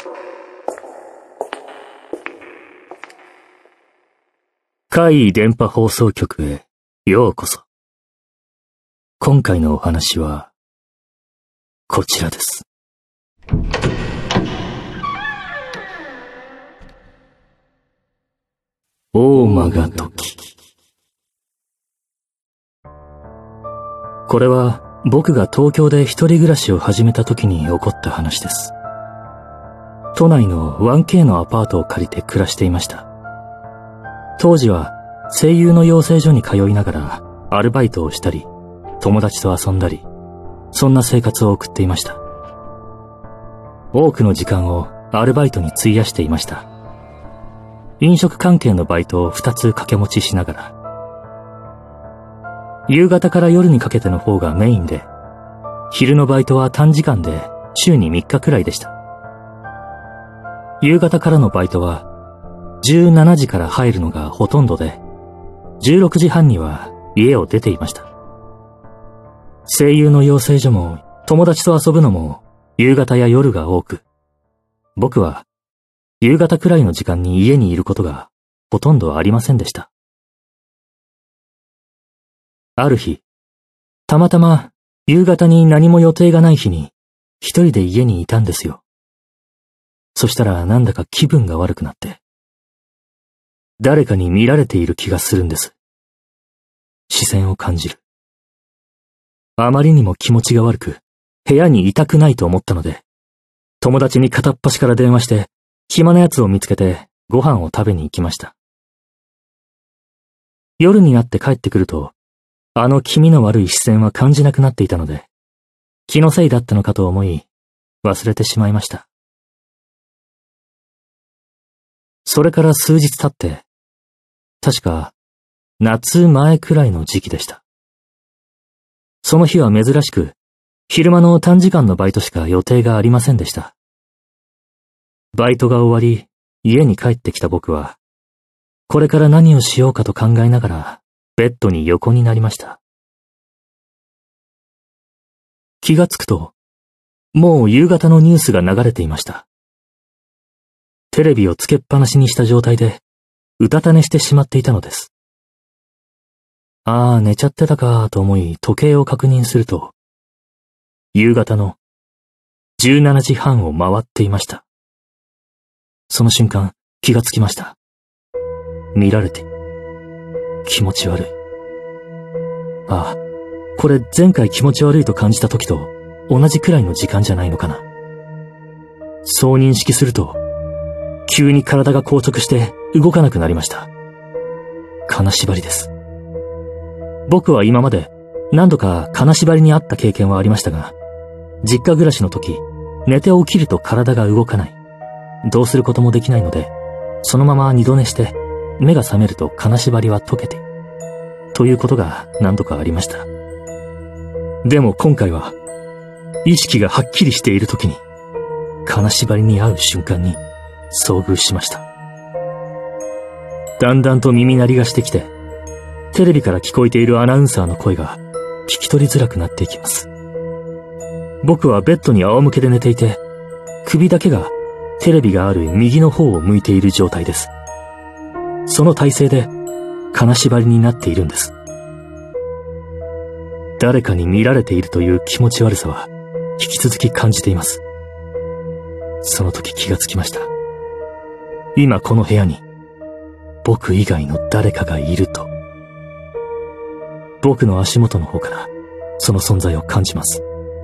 怪異電波放送局へようこそ。今回のお話は、こちらです。大間が時。これは僕が東京で一人暮らしを始めた時に起こった話です。都内の 1K のアパートを借りて暮らしていました。当時は声優の養成所に通いながらアルバイトをしたり、友達と遊んだり、そんな生活を送っていました。多くの時間をアルバイトに費やしていました。飲食関係のバイトを2つ掛け持ちしながら、夕方から夜にかけての方がメインで、昼のバイトは短時間で週に3日くらいでした。夕方からのバイトは17時から入るのがほとんどで、16時半には家を出ていました。声優の養成所も友達と遊ぶのも夕方や夜が多く、僕は夕方くらいの時間に家にいることがほとんどありませんでした。ある日、たまたま夕方に何も予定がない日に一人で家にいたんですよ。そしたらなんだか気分が悪くなって、誰かに見られている気がするんです。視線を感じる。あまりにも気持ちが悪く、部屋にいたくないと思ったので、友達に片っ端から電話して、暇なやつを見つけてご飯を食べに行きました。夜になって帰ってくると、あの気味の悪い視線は感じなくなっていたので、気のせいだったのかと思い、忘れてしまいました。それから数日経って、確か夏前くらいの時期でした。その日は珍しく、昼間の短時間のバイトしか予定がありませんでした。バイトが終わり、家に帰ってきた僕は、これから何をしようかと考えながら、ベッドに横になりました。気がつくと、もう夕方のニュースが流れていました。テレビをつけっぱなしにした状態で、うたた寝してしまっていたのです。ああ、寝ちゃってたかと思い時計を確認すると、夕方の17時半を回っていました。その瞬間、気がつきました。見られて、気持ち悪い。ああ、これ前回気持ち悪いと感じた時と同じくらいの時間じゃないのかな。そう認識すると、急に体が硬直して動かなくなりました。金縛りです。僕は今まで何度か金縛りにあった経験はありましたが、実家暮らしの時、寝て起きると体が動かない。どうすることもできないので、そのまま二度寝して、目が覚めると金縛りは解けて、ということが何度かありました。でも今回は、意識がはっきりしている時に、金縛りに遭う瞬間に遭遇しました。だんだんと耳鳴りがしてきて、テレビから聞こえているアナウンサーの声が聞き取りづらくなっていきます。僕はベッドに仰向けで寝ていて、首だけがテレビがある右の方を向いている状態です。その体勢で金縛りになっているんです。誰かに見られているという気持ち悪さは引き続き感じています。その時気がつきました。今この部屋に僕以外の誰かがいると。僕の足元の方からその存在を感じます。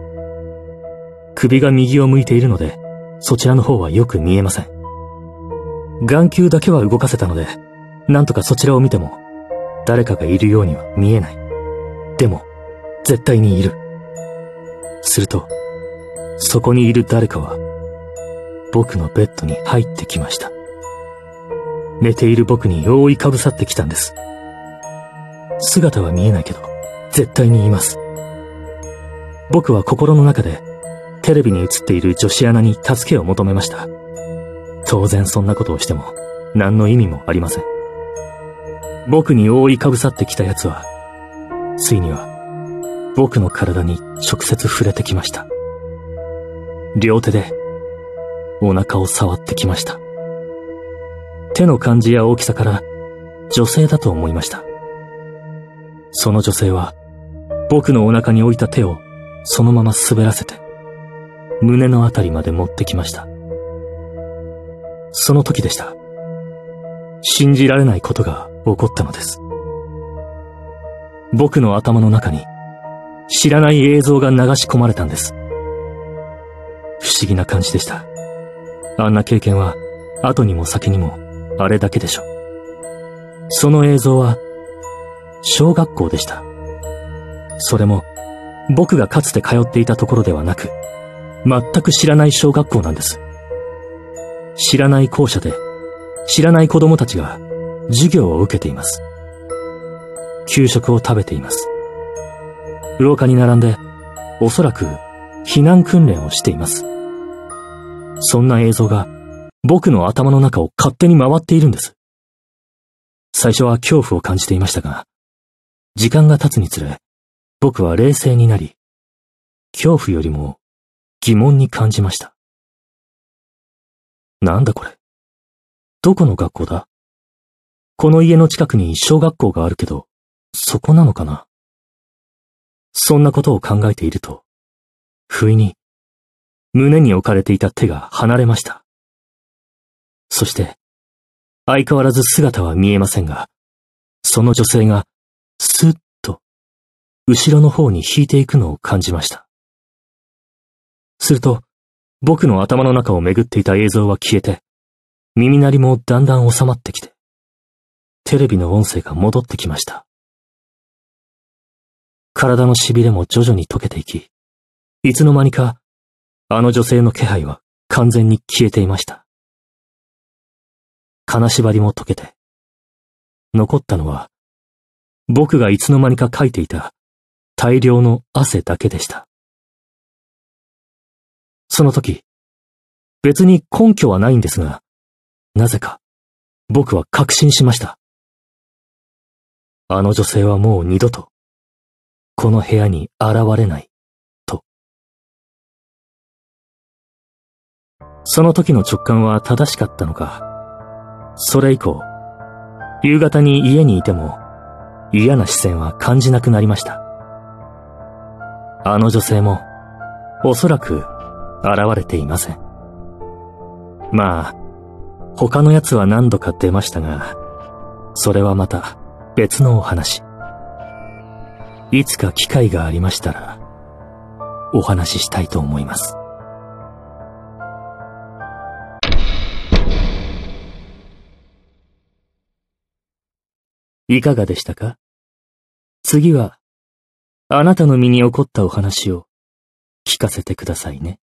首が右を向いているので、そちらの方はよく見えません。眼球だけは動かせたので、なんとかそちらを見ても、誰かがいるようには見えない。でも、絶対にいる。すると、そこにいる誰かは、僕のベッドに入ってきました。寝ている僕に覆いかぶさってきたんです。姿は見えないけど、絶対にいます。僕は心の中で、テレビに映っている女子アナに助けを求めました。当然そんなことをしても何の意味もありません。僕に覆いかぶさってきた奴は、ついには僕の体に直接触れてきました。両手でお腹を触ってきました。手の感じや大きさから女性だと思いました。その女性は僕のお腹に置いた手をそのまま滑らせて胸のあたりまで持ってきました。その時でした。信じられないことが起こったのです。僕の頭の中に知らない映像が流し込まれたんです。不思議な感じでした。あんな経験は後にも先にもあれだけでしょ。その映像は小学校でした。それも僕がかつて通っていたところではなく、全く知らない小学校なんです。知らない校舎で知らない子供たちが授業を受けています。給食を食べています。廊下に並んでおそらく避難訓練をしています。そんな映像が僕の頭の中を勝手に回っているんです。最初は恐怖を感じていましたが、時間が経つにつれ、僕は冷静になり、恐怖よりも疑問に感じました。なんだこれ。どこの学校だ？この家の近くに小学校があるけど、そこなのかな？そんなことを考えていると、不意に胸に置かれていた手が離れました。そして、相変わらず姿は見えませんが、その女性がスッと後ろの方に引いていくのを感じました。すると、僕の頭の中を巡っていた映像は消えて、耳鳴りもだんだん収まってきて、テレビの音声が戻ってきました。体の痺れも徐々に溶けていき、いつの間にか、あの女性の気配は完全に消えていました。金縛りも溶けて、残ったのは、僕がいつの間にかかいていた大量の汗だけでした。その時、別に根拠はないんですが、なぜか僕は確信しました。あの女性はもう二度と、この部屋に現れない、と。その時の直感は正しかったのか、それ以降、夕方に家にいても嫌な視線は感じなくなりました。あの女性もおそらく現れていません。まあ、他のやつは何度か出ましたが、それはまた別のお話。いつか機会がありましたら、お話ししたいと思います。いかがでしたか？次は、あなたの身に起こったお話を聞かせてくださいね。